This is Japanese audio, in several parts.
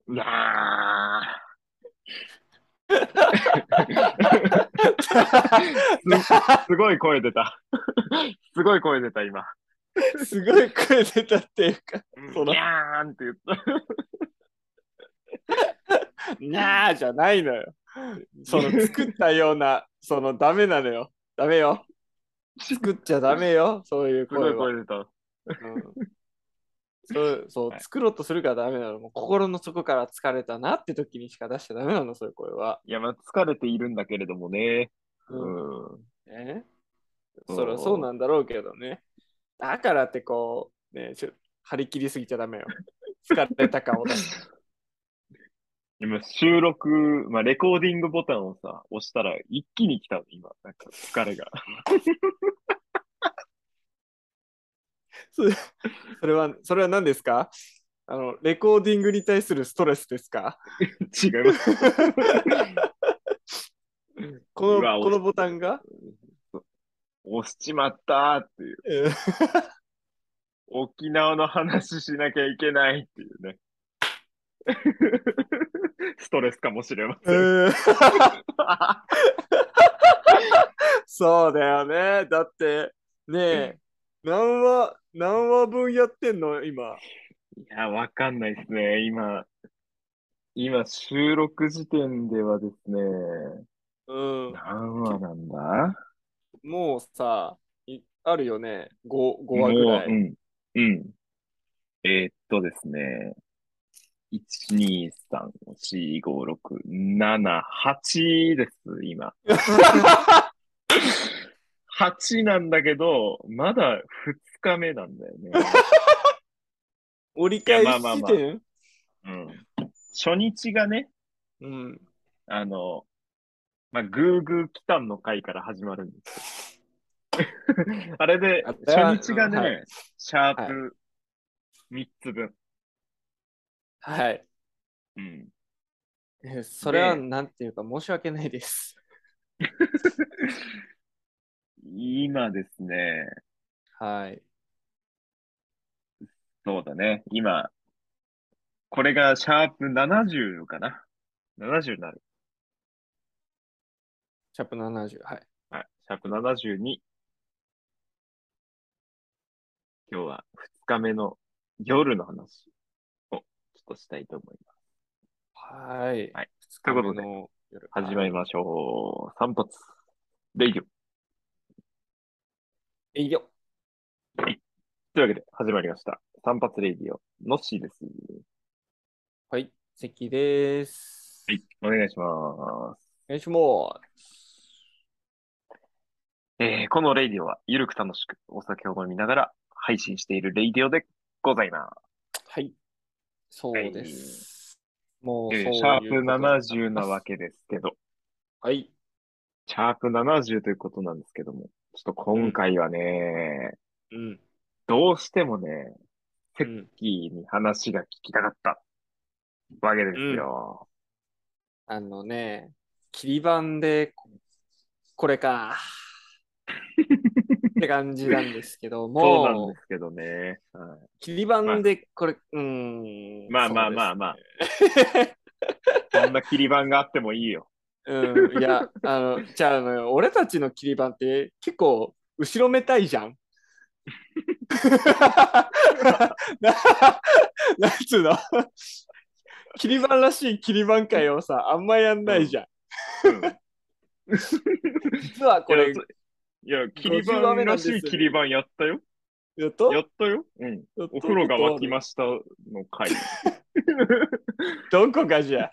いやー。すごい声出た。すごい声出た、今。 すごい声出たっていうか、 ギャーンって言った。 なあじゃないのよ。その作ったような、ダメなのよ。ダメよ。作っちゃダメよ。そういうすご声は。 い声出た。 うん。そう、 はい。 作ろうとするからダメなの。もう心の底から疲れたなって時にしか出しちゃダメなの、そういう声は。 いや、まあ、疲れているんだけれどもね。 うん。 うん。 ね。そりゃそうそなんだろうけどね。だからってね、張り切りすぎちゃダメよ。疲れた感を出して。 今、収録、まあ、レコーディングボタンをさ、押したら一気に来たの、今。なんか、疲れが。 そそれは何ですか？レコーディングに対するストレスですか？ 違います。うわ、 このボタンが。 押しちまったーっていう。 うん沖縄の話しなきゃいけないっていうね。ストレスかもしれません。 うんそうだよね。だって、ねえ、何話分やってんの、今。 いや、わかんないですね。今、収録時点ではですね、 うん。 何話なんだ。 もうさ、あるよね。5話ぐもう、 らい。 うん、うん。ですね、1、2、3、4、5、6、7、8です、今。8なんだけど、まだ2日目なんだよね。いや、 折り返まあまあまあ。 し地点。 うん。初日がね、 うん。 あの、まあ、グーグー帰還の回から始まるんですよ。あれで、初日うん、はい。 がね、シャーはい。 プ3つ分。 はい。 うん。 それは、 で、 なんていうか、申し訳ないです。 今ですね、 はい。 そうだね。今、これがシャープ70かな。70になる。 シャープ70。はい。 はい。シャープ72。今日は2日目の夜の話をちょっとしたいと思います。 はい。 はい。 2日ということで、 目の夜。 始まはい。 りましょう。散髪。レイディいいよ。 オ。はい。というわけで、始まりました。散髪レイディオ。ノッシーです。 はい。席です。 はい。お願いします。 お願いします。 このレイディオは、ゆるく楽しくお酒を飲みながら配信しているレイディオでございます。 はい。そうではい。 す。もうシャープそういうことになり 70 ます。 なわけですけど、 はい。 シャープ70ということなんですけども、ちょっと今うん。 回はね、 うん。 どうしてもね、セッうん。 キーに話が聞きたかったわけですうん。 よ。 切り板でこれかって感じなんですけどそうなんでも、 すけどね。はい、 切り板まあ、 でこれ、 まあまあそうですまあまあ、 ね。 そんな切り板があってもいいよ。 うん、いや、じゃあ俺たちの切り板って結構後ろめたいじゃん。な、なんつうの、切り板らしい切り板会をさ、あんまやんうん、 ないじゃん。 うん。 実はいや、 これいや、切り 50話目板らなんです。 しい切り板やったよ。 やったやったよ。うん。 やったこお風呂が沸とある？ きましたの回。 どこかじゃ。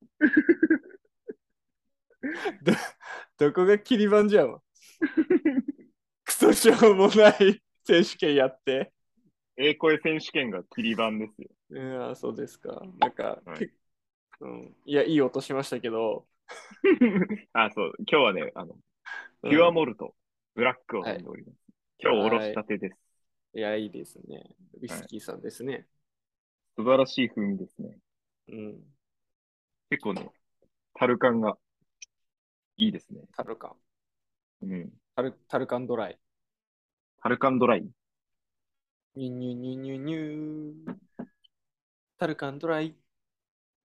ど、どこが切り板じゃん。クソしょうもない選手権やって。 声選手権が切り板ですよ。 いや、そうですか。なんか、 はい。 いや、いい音しましたけど、 あ、そう。今日はね、ピュアうん。 モルト、ブラックをはい。 飲んでおります。今日おろしはい。 たてです。 いや、いいですね。ウイはい。 スキーさんですね。 素晴らしい風味ですね。 うん。 結構ね、タルカンがいいですね。 タルカン。 うん。 タルカンドライ。 タルカンドライ。 ニュニュニュニュニュー。タルカンドライ。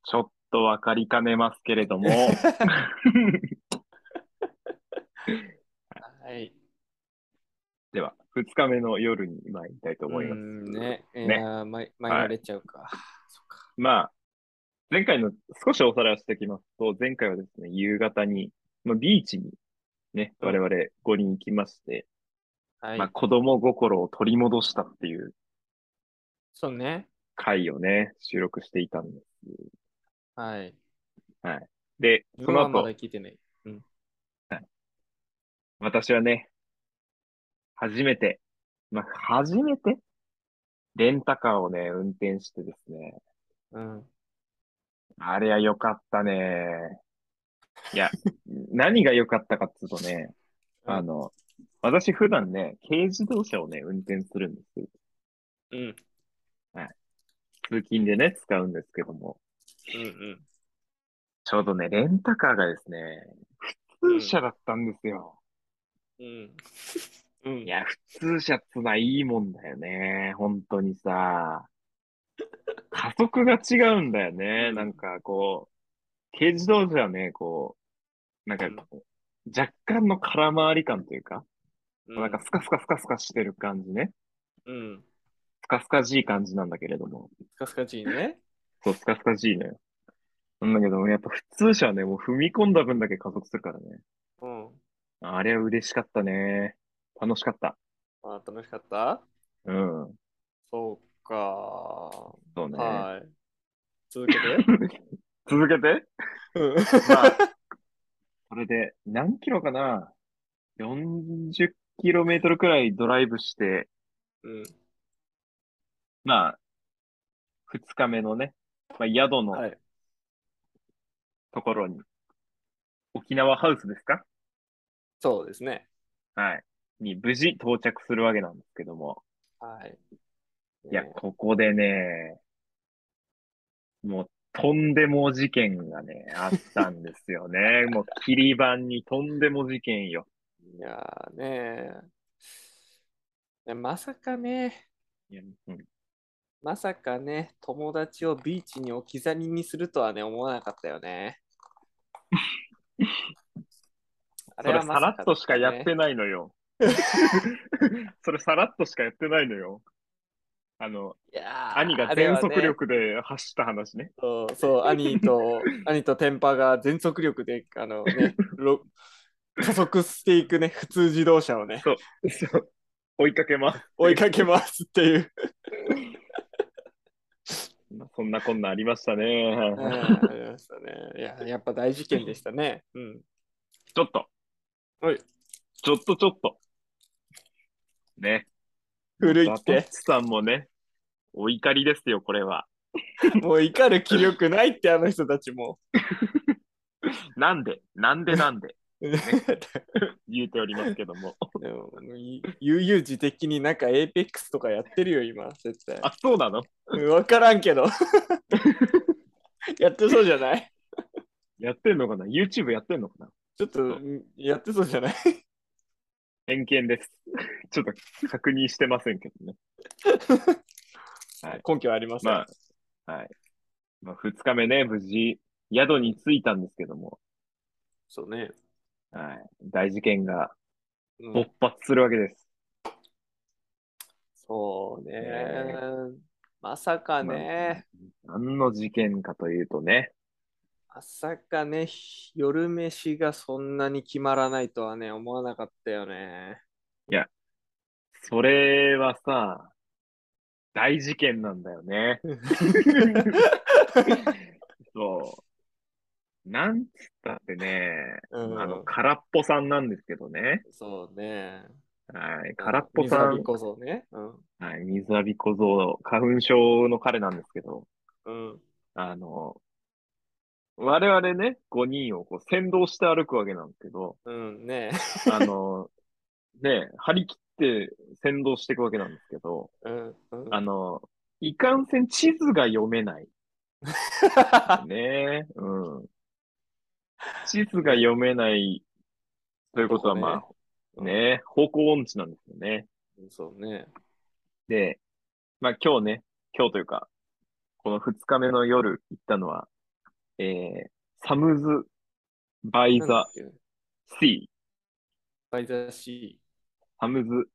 ちょっとわかりかねますけれども、 はい。 では、二日目の夜に参りたいとう思います。 んね。いね。 やー、参らはい。 れちゃうか。そっか。 まあ、前回の少しおさらいをしておきますと、前回はですね、夕方に、ビーチにね、 うん。 我々5人行きまして、 はい。 子供心を取り戻したっていうそうね。 回をね、収録していたんです。 はい。 はい。で、 自分はまだその後、 聞いてない。うん。 はい、私はね、初めて、初めてレンタカーをね、運転してですね、 うん。 あれは良かったね。いや、何が良かったかっていうとね、 うん。 私普段ね、軽自動車をね、運転するんです。 うん。 はい。通勤でね、使うんですけども、 うん。 ちょうどね、レンタカーがですね、普通うん。 車だったんですよ。 うん。うん。 いや、普通車っつうのはいいもんだよね。本当にさ、加速が違うんだよね。 うん。 軽自動車はね、 うん。 若干の空回り感というか、なんかうん。 スカスカスカスカしてる感じね。 うん。 スカスカしい感じなんだけれども。 スカスカチーね。 そう、スカスカしいのよ。なんだけど、やっぱ普通車はね、もう踏み込んだ分だけ加速するからね。 うん。 あれは嬉しかったね。楽しかった。 あ、楽しかった。 うん。 そうか。 そうね。 はい。続けて。 続けて。 うん。 まあ、これで何キロかな？ 40 キロメートルくらいドライブして、 うん。 まあ、二日目のね、宿のはい。 ところに、沖縄ハウスですか？ そうですね。 はい。に無事到着するわけなんですけども。 はい。 いや、 ね、 ここでね、もう、とんでも事件がね、あったんですよね。もう、切り板にとんでも事件よ。 いやーねまさかね、 いや、うん、 まさかね、友達をビーチに置き去りにするとはね、思わなかったよね。あれはそれさらっまさかだっとしかやってたね。 ないのよ。それさらっとしかやってないのよ。あの、 いやー、 兄があれ全速はね、 力で走った話ね。 そうそう、兄とテンパが全速力で、加速していくね、普通自動車をね、 そう、そう、追いかけますっていう。 追いかけますっていう。 そんなこんなありましたね。 うん、ありましたね。いや、やっぱ大事件でしたね。うん。 ちょっと、 はい。 ちょっと。ね。もうザ・タッ古いって。 チさんもね、お怒りですよ、これは。 もう怒る気力ないって、あの人たちも。 なんで、ね。言うておりますけども。 でも悠々自適になんかエーペックスとかやってるよ、今、絶対。 あ、そうなの？ わからんけど。やってそうじゃない？ やってんのかな？ YouTube やってんのかな？ ちょっと、 ちょっと、 やってそうじゃない？ 偏見です。ちょっと確認してませんけどね。はい。 根拠はありません。 まはい。二日目ね、無事、宿に着いたんですけども、 そうね。 はい。大事件がうん。 勃発するわけです。 そうね。 えまさかね。 何の事件かというとね、 まさかね、夜飯がそんなに決まらないとはね、思わなかったよね。 いや、それはさ、大事件なんだよね。そう。なんつったってね、 うん、 空っぽさんなんですけどね。 そうね。 はい。空っうん、水浴びぽさん、 小僧ね。うん。 はい。水浴び小僧、花粉症の彼なんですけど、 うん。 あの、我々ね、5人をこう先導して歩くわけなんですけど、 うんね。 あの、張り切って先導していくわけなんですけど、 うん。うん。 あの、いかんせん地図が読めないよね。うん。地図がね、 読めないということは、 男ね。うん。 方向音痴なんですよね。 そうね。 で、今日というか、この2日目の夜行ったのは、 えサムズ・バイ・ザ・なんだっけ？ シー。 バイザシサムズ、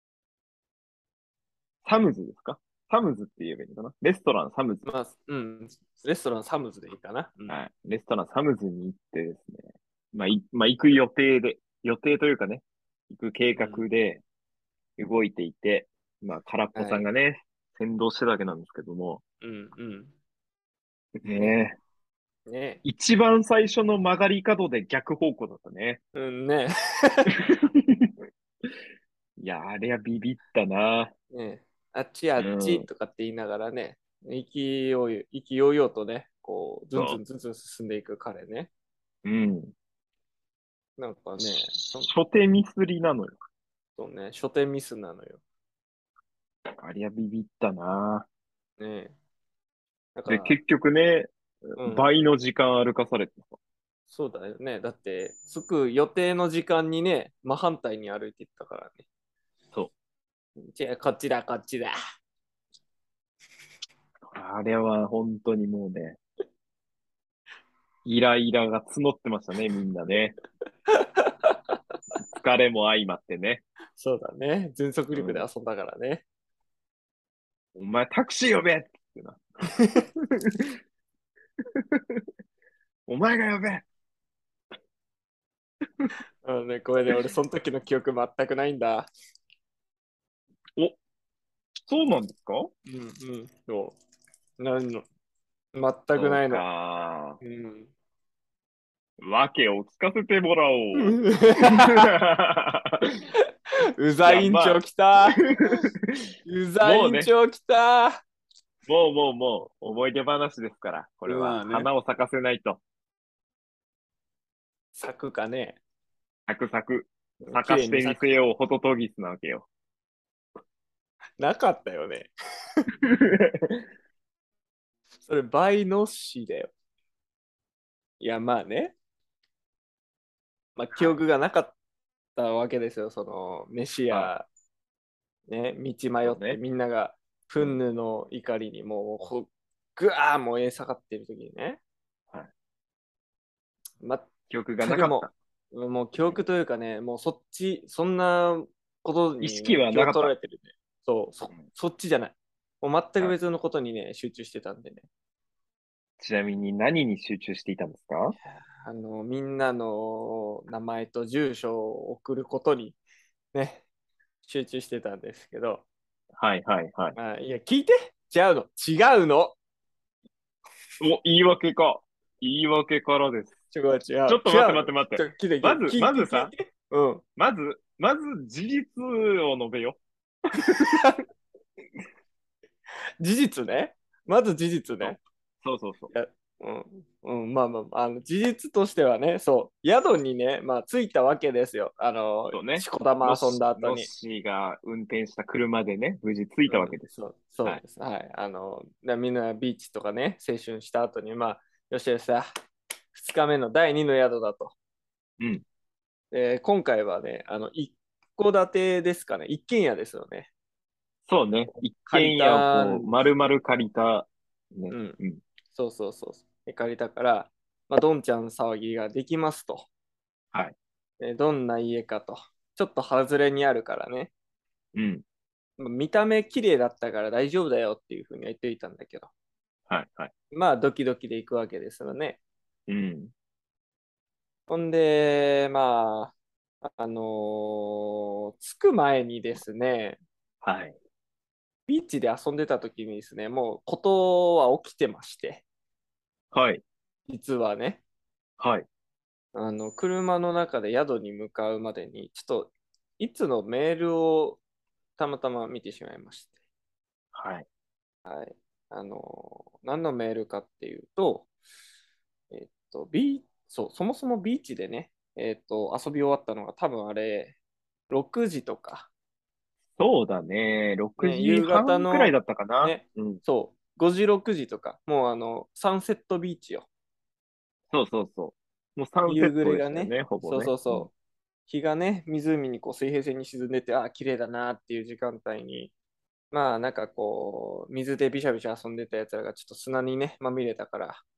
サムズですか？サムズって言えばいいのかな？レストランサムズ。 ー。まあ、うん。レストランサムズでいいかな。うん。 はい。レストランサムズに行ってですね。まあ、行く予定で、予定というかね、行く計うん。 画で動いていて、まあ、空っぽはい。 さんがね、先導してたわけなんですけども、 うん、うん。ね。 ねね。 一番最初の曲がり角で逆方向だったね。 うん、ね。 いや、あれはビビったな。 ね。あっちあうっちん。 とかって言いながらね、意気揚々とね、こう、ずんずそんずんずん進んでいく彼ね。 う。うん。 なんかね、 初手ミスりなのよ。 初手ミスなのよ。 ありゃビビったな。 ね。だかで、 ら、 結局ね、 うん、 倍の時間歩かされてさ。 そうだよね。だって、着く予定の時間にね、真反対に歩いていったからね。 そ違う、こっちだ、こっちだ。 う。あれは本当にもうね、イライラが募ってましたね、みんなね。疲れも相まってね。 そうだね。全速うん。 力で遊んだからね。 お前タクシー呼べってな。お前が呼べ。 あのね、これね、俺、その時の記憶全くないんだ。 お、そうなんですか？ うんうん。そう。なんの、全くそうないの。 か。 うん。 わけを聞かせてもらおう。 ういや、 ざい委員長まあ、 来た。うざい委もうね、 員長来た。 もう、思い出話ですから、これはまあね。 花を咲かせないと。 咲くかね。 サクサク、咲綺かしてみ麗に咲く。 せよう、ホトトギスなわけよ。 なかったよね。それ倍の死だよ。いや、まあね。まあ、記はい。 憶がなかったわけですよ。その、飯はい。 や、ね、道迷ってそうね。 みんなが、 うん。 フンヌの怒りにもう、ぐわー燃え盛ってる時にね。 はい。記憶がなかった。 全くもう記うん。 憶というかね、もうそっち、そんなこと意識にね、気をはなかった。 取られてるね。そう、 うん。 そっちじゃない。もう全くはい。 別のことにね、集中してたんでね。 ちなみに何に集中していたんですか？ みんなの名前と住所を送ることにね、集中してたんですけど、 はいはいはい。 いや、聞いて違うのお、言い訳か。言い訳からです。 違う違う、 ちょっと待って違うの。 待って待って。 聞いて、 まず、まずさ、 聞いて。うん。 まず事実を述べよ。 事実ね。まず事実そう。 ね。 そうそうそう。 いや、うん、うん、まあまあ、事実としてはね、そう、宿にね、まあ、着いたわけですよ。 そうね。 しこたま遊んだ後のに。 しが運転した車でね、無事着いうん、 たわけです。はい。 そうです。はい。みんなビーチとかね、青春した後に、まあ、よしよしさ、2日目の第2の宿だと。 うん。 今回はね、一戸建てですかね、一軒家ですよね。 そうね。一借り軒家をたこう、 んですけ丸々借りど、 た、ね。 うん、 うん。 そう。で借りたから、まあ、どんちゃん騒ぎができますと。 はい。 どんな家かと。ちょっと外れにあるからね。 うん。 見た目綺麗だったから大丈夫だよっていうふうには言っていたんだけど。 はい。はい。 まあ、ドキドキで行くわけですよね。 うん。 ほんで、まあ、着く前にですね、 はい。 ビーチで遊んでた時にですね、もうことは起きてまして、 はい。 実はね、 はい。 車の中で宿に向かうまでに、ちょっと、いつのメールをたまたま見てしまいまして、 はい。 はい。何のメールかっていうと、そもそもビーチでね、遊び終わったのが多分あれ、6時とか、 そうだね。6 ね、夕時半くらいだ方の、 ったかな。 ね、 うん。 そう、5時、6時とか、もうサンセットビーチよ。 そうそうそう。もうサンセ夕ット暮れがね、 でしたよね、ほぼそうね。うん。 そうそう、日がね、湖にこう水平線に沈んでて、ああ、綺麗だなっていう時間帯に、まあなんかこう、水でびしゃびしゃ遊んでたやつらがちょっと砂にね、まみれたから、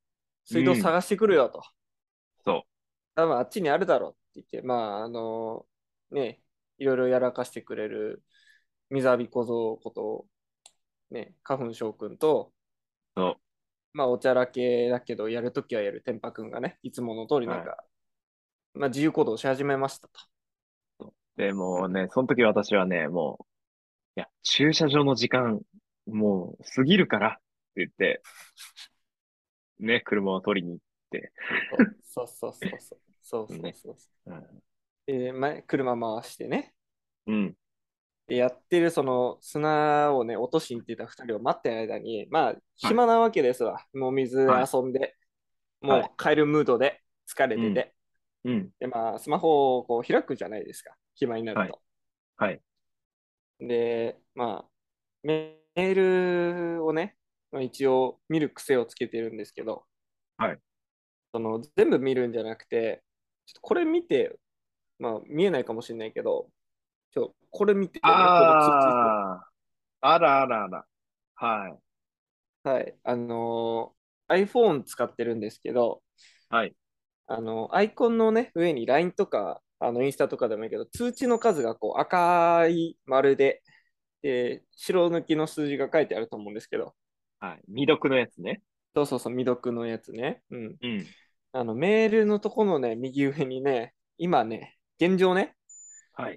水道うん。 探してくるよと。 そ多分あっちにあるだろうって言って、ね、いろいろやらかしてくれる水浴び小僧こと、ね、花粉症くんと、 う。そまあおちゃらけだけど、やるときはやる天パくんがね、いつもの通りう。はい。 まあ自由行動し始めましたと。 で、もうね、その時私はね、もう、いや、駐車場の時間、もう過ぎるからって言って、ね、車を取りに行って、 そうそうそうそう。そうそうね。 そうそう。 うん。 車回してね。 うん。 でやってるその砂をね、落としに行ってた2人を待ってる間に、まあ、 はい。 暇なわけですわ。もう水はい。 遊んで、 はい。 もう帰るムードで疲れうん。 てて。 うん。 で、まあ、スマホをこう開くじゃないですか。暇になるはい。 と。 はい。 で、まあ、メールをね、まあ、一応見る癖をつけてるんですけど、 はい。 その全部見るんじゃなくて、ちょっとこれ見て、まあ、見えないかもしれないけど、これ見てね、この通知数。 ああ、あらあらあら。はい。 はい。iPhone 使ってるんですけど、 はい。 アイコンのね、上に LINE とか、インスタとかでもいいけど、通知の数がこう赤い丸で、白抜きの数字が書いてあると思うんですけど、 はい。未読のやつね。 そうそうそう、未読のやつね。うん。 うん。 メールのとこのね、右上にね、今ね、現状ね、 はい。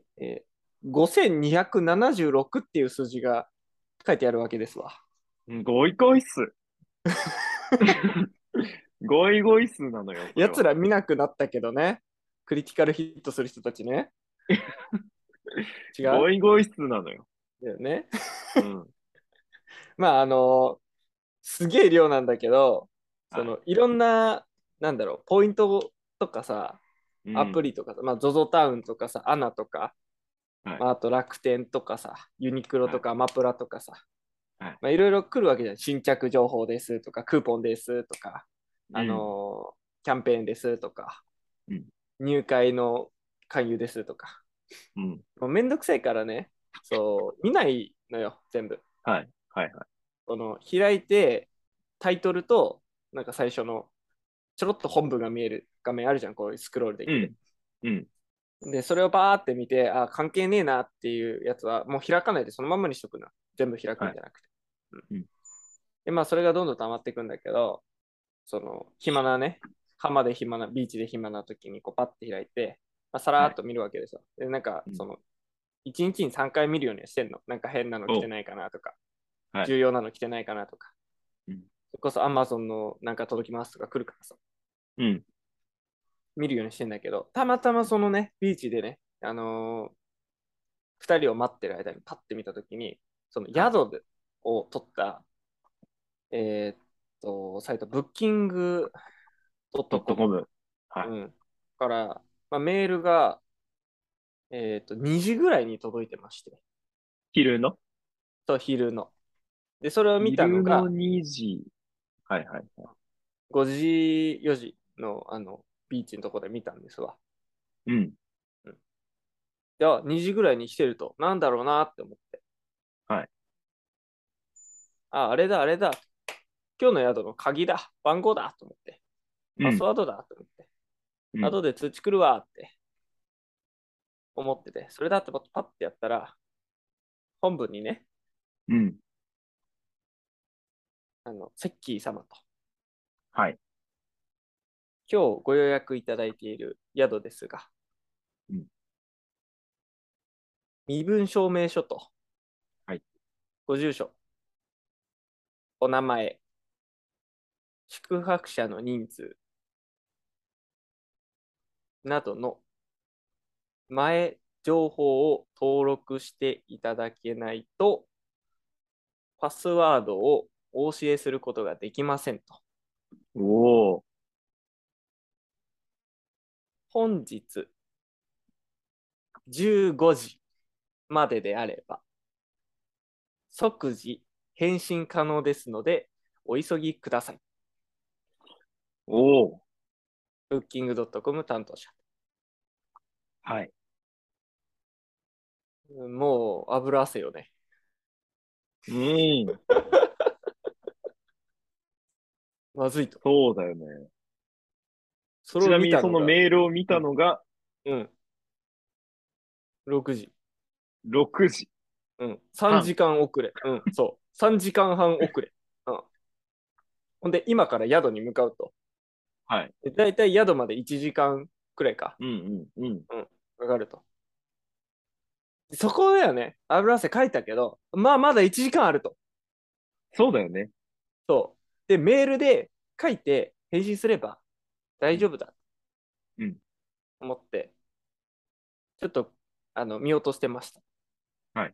5276っていう数字が書いてあるわけですわ。 ゴイゴイ数。ゴイゴイ数なのよ、それは。 奴ら見なくなったけどね、クリティカルヒットする人たちね。違うゴイゴイ数なのよ。 だよね。 うん。 まあ、すげえ量なんだけど、 はい。 いろんな、なんだろう、ポイントとかさ、アプうん。 リとかさ、まあ、ZOZO タウンとかさ、アナとか、 はい。 まあ、あと楽天とかさ、ユニクロはい。 とかアマプラとかさ、 はい。 まあ、いろいろ来るわけじゃん。新着情報ですとか、クーポンですとか、 うん。 キャンペーンですとか、 うん。 入会の勧誘ですとか。 うん。 もうめんどくさいからね、そう、見ないのよ、全部。 はい。はい。はい。 開いて、タイトルと、なんか最初の、ちょろっと本文が見える画面あるじゃん、こういうスクロールできる。 うん。うん。 で、それをバーって見て、あ、関係ねえなっていうやつは、もう開かないでそのままにしとくな。全部開くはい。 んじゃなくて。うん、 うん。 で、まあ、それがどんどん溜まっていくんだけど、暇なね、浜で暇な、ビーチで暇な時に、こう、パッて開いて、まあ、さらはい。 っと見るわけですよ。で、なんか、 うん。 1日に3回見るようにはしてんの。なんか変なの来てお。 ないかなとか、 はい。 重要なの来てないかなとか。 うん。 それこそ Amazon のなんか届きますとか来るからさ、 うん。 見るようにしてんだけど、たまたまそのね、ビーチでね、2人を待ってる間にパッて見たときに、そのはい。 宿を取った、サイト、ブッキングドットコム、 ドットコム。はい。 うん、から、まあ、メールが、2時ぐらいに届いてまして、 昼のそう、昼の。で、それを見たの昼のが、 2時。はいはいはい。 5時、4時の、ビーチのところで見たんですわ。 うん。 うん。じゃあ、2時ぐらいに来てると、なんだろうなって思って。 はい。 あ、あれだ、あれだ。今日の宿の鍵だ。番号だと思って。 うん。 パスワードだと思って。 うん。 後で通知来るわって思ってて。それだってパッてやったら、本文にね、 うん。 セッキー様と、 はい。 今日ご予約いただいている宿ですが、 うん。 身分証明書と、 はい。 ご住所、お名前、宿泊者の人数などの前情報を登録していただけないと、パスワードをお教えすることができませんと。 おー。 本日15時までであれば、即時返信可能ですので、お急ぎください。 おー。 ブッキングドットコム担当者。 はい。 もう油汗よね。 うん。 まずいと。 そうだよね。 それをちなみにその見たのが、 メールを見うん、 たのがうん、6時。 6時うん、3 半。 時間遅れ。うん、そう。3時間半遅れ。うん。ほんで、今から宿に向かうと。 はい。 だいたい宿まで1時間くらいか。 うんうんうん。 うん、かかると。そこだよね。油汗かいたけど、まあまだ1時間あると。 そうだよね。 そう。で、メールで書いて返信すれば大うん丈夫だとうん。 思って、ちょっと見落としてました。 はい。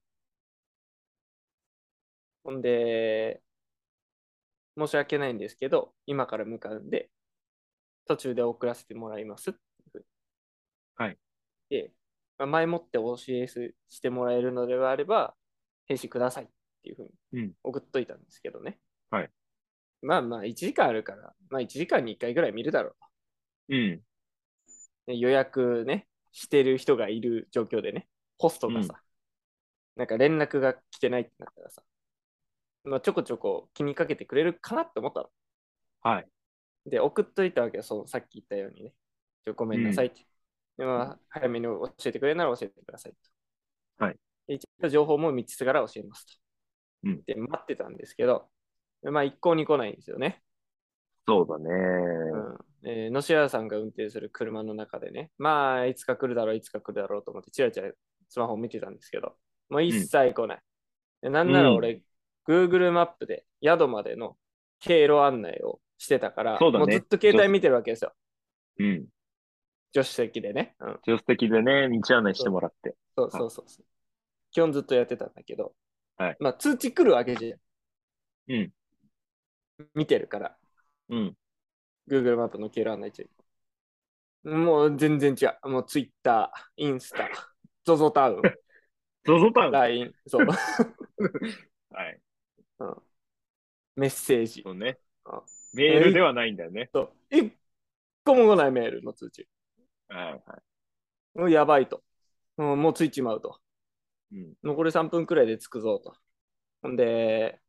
ほんで、申し訳ないんですけど、今から向かうんで、途中で送らせてもらいますっていうふうにはい。 言って、まあ、前もってお教えしてもらえるのではあれば、返信くださいっていうふうにうん。 送っといたんですけどね。 はい。 まあまあ、1時間あるから、まあ1時間に1回ぐらい見るだろううん。 と。予約ね、してる人がいる状況でね、ホストうん。 がさ、なんか連絡が来てないってなったらさ、まあ、ちょこちょこ気にかけてくれるかなって思ったの。 はい。 で、送っといたわけよ、そう、さっき言ったようにね。ごめうん。 んなさいって。で、まあ、早めに教えてくれるなら教えてくださいと。 はい。 で一応情報も3つから教えますと。 うん。 で、待ってたんですけど、まあ、一向に来ないんですよね。 そうだね。 野島さんが運転する車の中でね、まあ、いつか来るだろう、いつか来るだろうと思って、チラチラスマホを見てたんですけど、もう一うん。 切来ない。でなんうん。 なら俺、Google マップで宿までの経路案内をしてたから、もうずっそうだね。 と携帯見てるわけですよ。 うん。 助手席でね。うん。 助手席でね、道案内しそうてもらって。 そうはい。 そうそうそう。基本ずっとやってたんだけど、 はい。 まあ通知来るわけじゃん。 うん。 見てるから。 うん。 Google マップの経路案内中。もう全然違う。もう Twitter、インスタ、ZOZO タウン、 ゾゾタウン。 LINE、そう。 はい。 うん、メッセージ。 そうね。 うん、 メールではないんだよね。 一個も来ないメールの通知。 はい。はもうやばいと。もうついちまうと。 い。うん。 残り3分くらいで着くぞと。ほんで、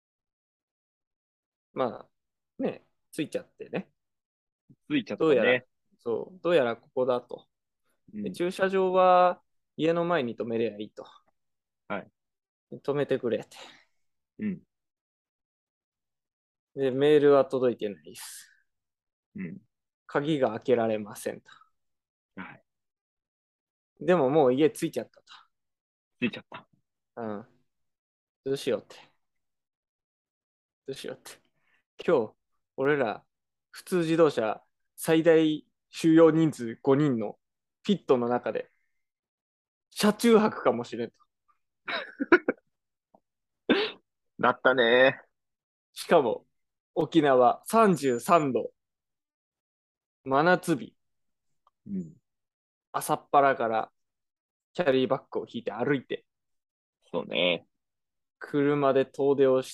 まあ、ね、着いちゃってね。 ついちゃっどうやら、 たね。 そう、どうやらここだと。でうん。 駐車場は家の前に止めりゃいいと。 はい。 止めてくれって。 うん。 で、メールは届いてないです。 うん。 鍵が開けられませんと。 はい。 でももう家着いちゃったついちゃった。 と。うん。どうしようって。どうしようって。今日、俺ら、普通自動車最大収容人数5人のフィットの中で、車中泊かもしれんと。 なったね。 しかも、沖縄33度、真夏日、 うん。 朝っぱらからキャリーバッグを引いて歩いて、 そうね。 車で遠出をして、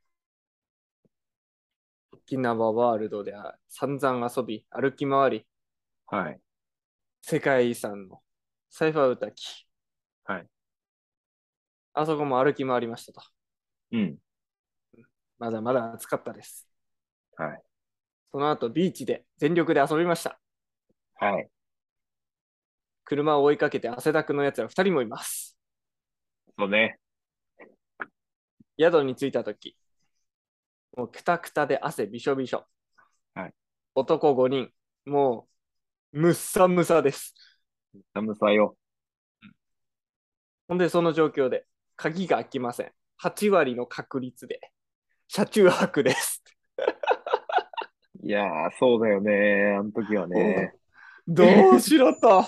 沖縄ワールドで散々遊び、歩き回り、 はい。 世界遺産のサイファーウタキ、 はい。 あそこも歩き回りましたと。 うん。 まだまだ暑かったです。 はい。 その後ビーチで全力で遊びました。 はい。 車を追いかけて汗だくのやつら2人もいます。 そうね。 宿に着いたとき、もうくたくたで汗びしょびしょ。 はい。 男5人、もうむっさむさです。 寒さよ。 ほんで、その状況で、鍵が開きません。8割の確率で、車中泊です。 いやー、そうだよね。あの時はね。 どうしろと。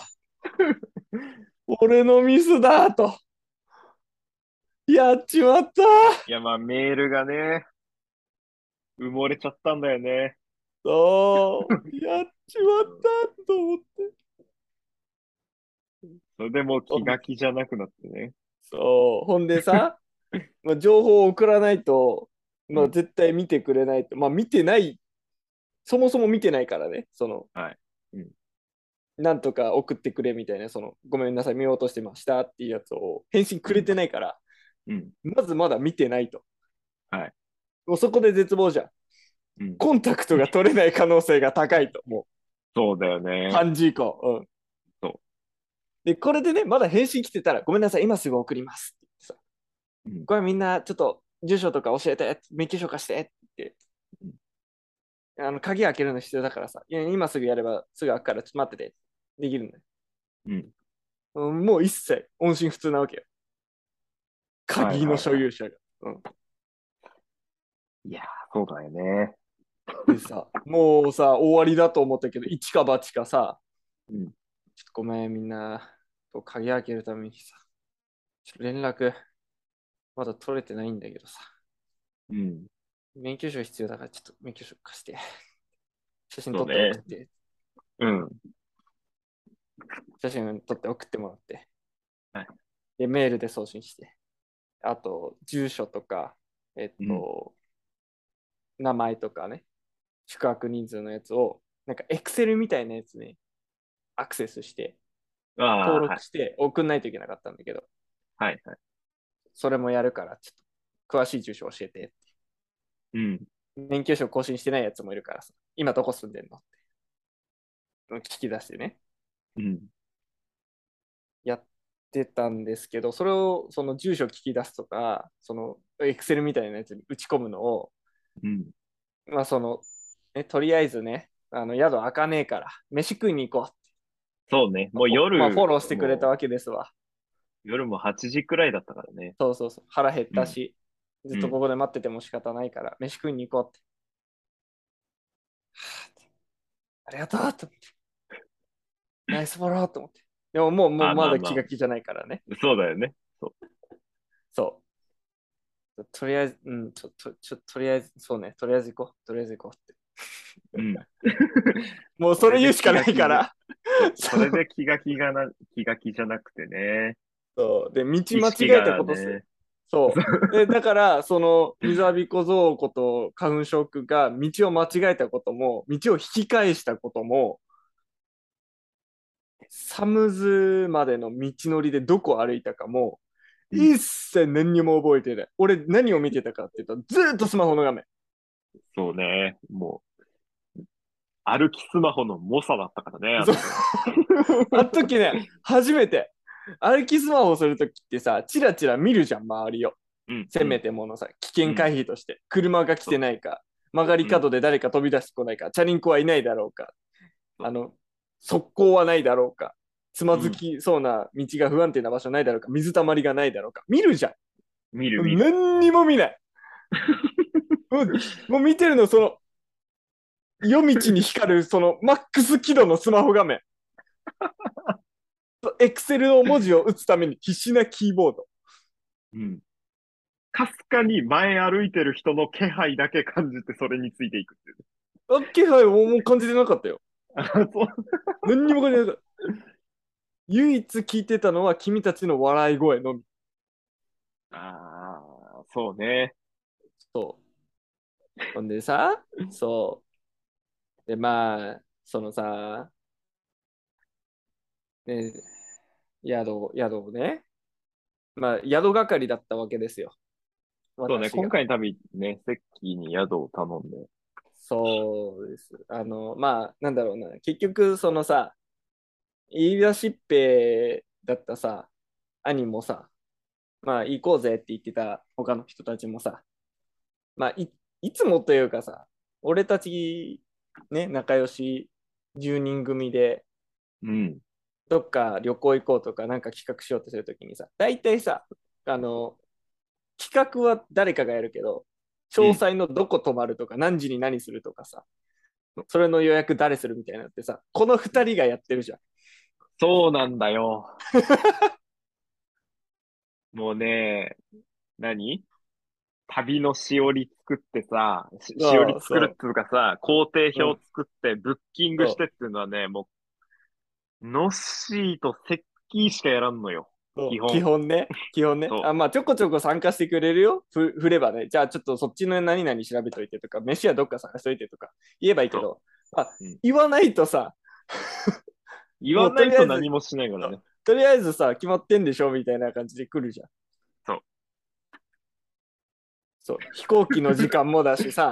俺のミスだと。やっちまった。 いや、まあ、メールがね、埋もれちゃったんだよね。 そう。やっちまっうん。 たと思って。 それでもう気が気じゃなくなってね。 そう。ほんでさ、まあ、情報を送らないと、まあ、 うん。 絶対見てくれないと。まあ、見てない、そもそも見てないからね。 はい。うん。 なんとか送ってくれみたいな、ごめんなさい、見落としてましたっていうやつを返信くれうん。 てないから、 うん。 まずまだ見てないと。 はい。 もうそこで絶望じゃん。 うん。 コンタクトが取れない可能性が高いと、もそうだよう、 ね。 3時以降。うん。 そで、これでね、まだ返信来てたら、ごめんなさい、今すぐ送りますって言ってさ、 う。うん。 これみんなちょっと住所とか教えて、免許証貸してって、鍵開けるの必要だからさ、いや今すぐやればすぐ開くからちょっと待ってて、できるんだよ。 うん。 うん、もう一切音信不通なわけよ。 はい鍵のはいは所有者が。うん。 い。いやー、そうだよね。 でさ、もうさ、終わりだと思ったけど、一か八かさ、 うん。 ちょっとごめん、みんな、鍵開けるためにさ、ちょっと連絡、まだ取れてないんだけどさ、 うん。 免許証必要だから、ちょっと免許証貸して、写真撮って送っそうね。 て、 うん。 写真撮って送ってもらって、 はい。 で、メールで送信して、あと、住所とか、 うん。 名前とかね、宿泊人数のやつを、なんか、エクセルみたいなやつにアクセスして、 ああ、はい。 登録して送んないといけなかったんだけど、 はいはい。 それもやるから、ちょっと詳しい住所教えて。 うん。 免許証更新してないやつもいるからさ、今どこ住んでんのって聞き出してね、 うん。 やってたんですけど、それをその住所聞き出すとか、そのエクセルみたいなやつに打ち込むのを、 うん。 まあその、とりあえずね、宿開かねえから、飯食いに行こうって、 そうね。もうまあフォ夜、 ローしてくれたもわけですわ。 夜も8時くらいだったからね。 そうそうそう、腹減っうん。 たし、ずっうん。 とここで待ってても仕方ないから、飯食いに行こうって。ありがとうと思って、ナイスフォローと思って。でももうあ、 まだまあまあ。 気が気じゃないからね。 そうだよね。そそう。とりあえず、うん、とりあえず、そうね、とりあえず行こう。とりあえず行こうって。 う。うん。 もうそれでそれ言うしかな気が気じゃ、 いから。 そう。それそうで気が気じゃなくてね。 そう。で、道間意識違えたことす。 がね。そそう。で、だから、その、水浴び小僧こと花粉症区が道を間違えたことも、道を引き返したことも、サムズまでの道のりでどこ歩いたかも、 う。うん。 一切何にも覚えてない。俺何を見てたかっていうと、ずーっとスマホの画面。 そうね。もう、歩きスマホの猛者だったからね、あそう。 の時は。 あの時ね、初めて、歩きスマホするときってさ、チラチラ見るじゃん、周りを。 うん。 せうん。 めてものさ、危険うん。 回避として。車が来そう。 てないか、曲がりうん。 角で誰か飛び出してこないか、チャリンコはいないだろうか、 そう。 側溝はないだろうか、つまずうん。 きそうな道が不安定な場所ないだろうか、水たまりがないだろうか、見るじゃん。 見る見る。 何にも見ない。もう見てるの、その、夜道に光る、その、マックス輝度のスマホ画面。エクセルの文字を打つために必死なキーボード。 うん。かすかに前歩いてる人の気配だけ感じてそれについていくっていう。 気配をもう感じてなかったよ。 あ、そう。 何にも感じてなかった。唯一聞いてたのは君たちの笑い声のみ。 ああ、そうね。 そう。ほんでさ、そう。で、まあ、そのさ、ね、宿をね、まあ、宿係だったわけですよ。 そうね。 私が。 今回多分ね、セッキーに宿を頼んで。 そうです。まあ、なんだろうな。結局、そのさ、言い出しっぺだったさ、兄もさ、まあ、行こうぜって言ってた他の人たちもさ、まあ、いつもというかさ、俺たち、ね、仲良し10人組で、 うん。 どっか旅行行こうとか、なんか企画しようとするときにさ、大体さ、あの、企画は誰かがやるけど、詳うん。 細のどこ泊まるとか、何時に何するとかさ、それの予約誰するみたいなのってさ、この2人がやってるじゃん。 そうなんだよ。もうね、何旅のしおり作ってさ、しおりそうそ作るっていうかさ、工程う。うん。 表作ってブッキングしてっそていうのはね、もう、ノッシーとセッキーしかやらんのよ。基基本。 本ね。基本ね。 そまあ、ちょこちょこ参加してくれるよ。振ればね。じゃあ、ちょっとそっちの何々調べといてとか、飯はどっか探しといてとか言えばいいけそど、まあ、 う。うん。 言わないとさ、 言わもうないと何もしないからね。 とりあえずさ、決まってんでしょみたいな感じで来るじゃん。 そう。 そう。飛行機の時間もだしさ、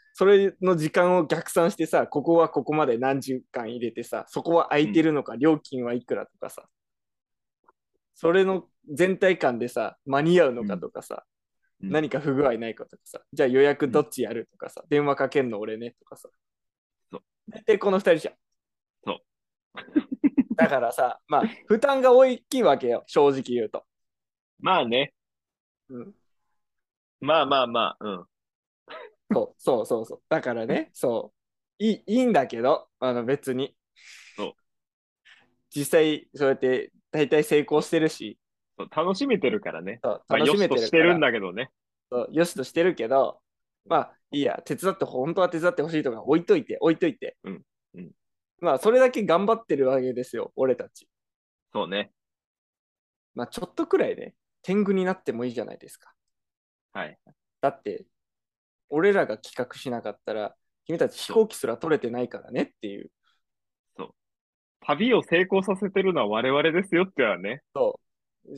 それの時間を逆算してさ、ここはここまで何時間入れてさ、そこは空いてるのか、料金はいくらとかさ、それの全体感でさ、間に合うのかとかさ、 うん。 何か不具合ないかとかさ、じゃあ予約うん。 どっちやるとかさ、電話かけんの俺ねとかさ、 そう。 大体この二人じゃん。 そう。 だからさ、まあ、負担が大きいわけよ、正直言うと。 まあね。 うん、 まあまあまあ。うん。 そう。だからね、いいんだけど、別に、 そう。 実際、そうやって大体成功そう。 してるし、 そう楽しめてるからね。まあ、 楽しめよしとしてるんてるから、 だけどね。 よしとしてるけど、まあ、いいや、本当は手伝ってほしいとか置いといて、 うん。うん。 まあ、それだけ頑張ってるわけですよ、俺たち。 そうね。 まあ、ちょっとくらいね、天狗になってもいいじゃないですか。 はい。 だって、俺らが企画しなかったら、君たち飛そう。 行機すら取れてないからねっていう。 そう。旅を成功させてるのは我々ですよってはね。 そう。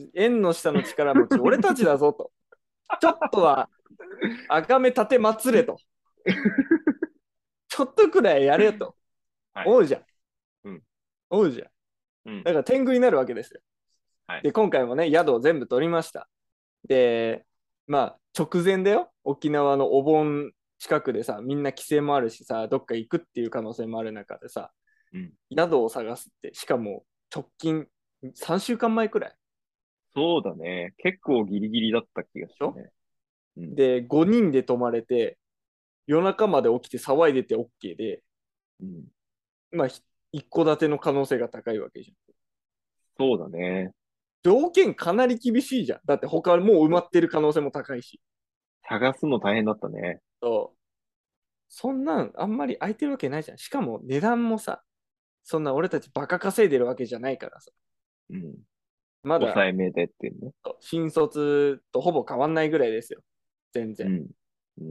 縁の下の力持ち、俺たちだぞと。ちょっとは、崇め立てまつれと。ちょっとくらいやれよと。 はい。 思うじゃん。 うん。 思うじゃん。 うん。 だから天狗になるわけですよ。 はい。 で、今回もね、宿を全部取りました。で、まあ、直前だよ。沖縄のお盆近くでさ、みんな帰省もあるしさ、どっか行くっていう可能性もある中でさ、 うん。 宿を探すって、しかも直近3週間前くらいでそうだね。結構ギリギリだった気がししょ。 たね。うん。 で、5人で泊まれて、夜中まで起きて騒いでて OK で、 うん。 まあ、一戸建ての可能性が高いわけじゃん。 そうだね。 条件かなり厳しいじゃん。だって他もう埋まってる可能性も高いし。 探すの大変だったね。 そう。そんなんあんまり空いてるわけないじゃん。しかも値段もさ、そんな俺たちバカ稼いでるわけじゃないからさ。 うん。 まだ抑えめでっていうね。 新卒とほぼ変わんないぐらいですよ。全然。 うん。うん。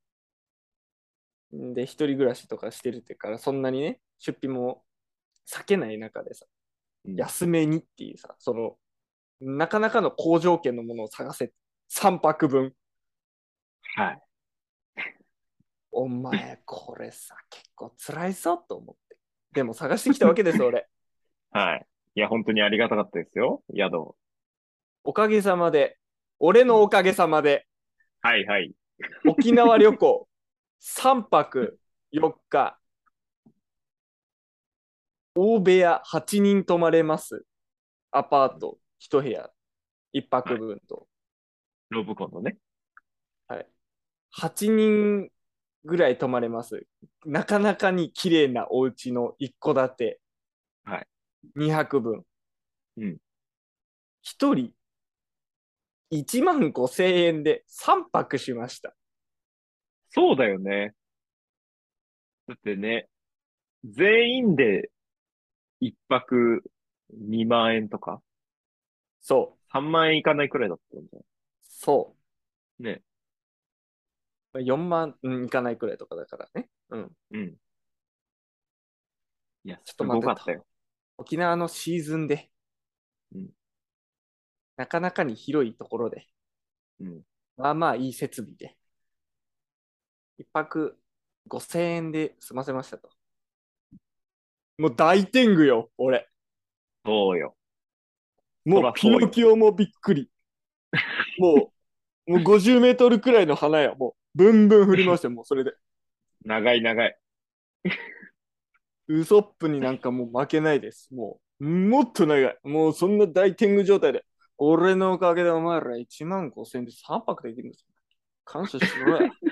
で、一人暮らしとかしてるってから、そんなにね、出費も避けない中でさ、 うん。 安めにっていうさ、なかなかの好条件のものを探せ。3泊分。 はい。 お前、これさ、結構辛いぞと思って。でも探してきたわけです、俺。 はい。いや、本当にありがたかったですよ。宿。 おかげさまで、俺うん。 のおかげさまで、 はいはい。 沖縄旅行3泊4日、大部屋8人泊まれます。アパート1部屋1泊はい。 分と。 ロブコンのね。 はい。8人ぐらい泊まれます。なかなかに綺麗なお家の一戸建てはい。 2泊分。 うん。 1人1万5千円で3泊しました。 そうだよね。だってね、全員で一泊2万円とか、 そう。 3万円いかないくらいだったんじゃん。 そね。 う。4万、いかないくらいとかだからね。うん。 うん。いや、 ちょっとす待てと。 ごかったよ。 沖縄のシーズンで、 うん。 なかなかに広いところで、 うん。 まあまあいい設備で、一泊5000円で済ませましたと。もう大天狗よ、俺。 そうよ。そもうピらそうよ。 ノキオもびっくり。もう50メートルくらいの花よ。もう、ブンブン振りましたよ、もうそれで。 長い長い。 ウソップになんかもう負けないです。もう、もっと長い。もうそんな大天狗状態で。俺のおかげでお前ら1万5千で3泊できるんですよ。感謝しろや。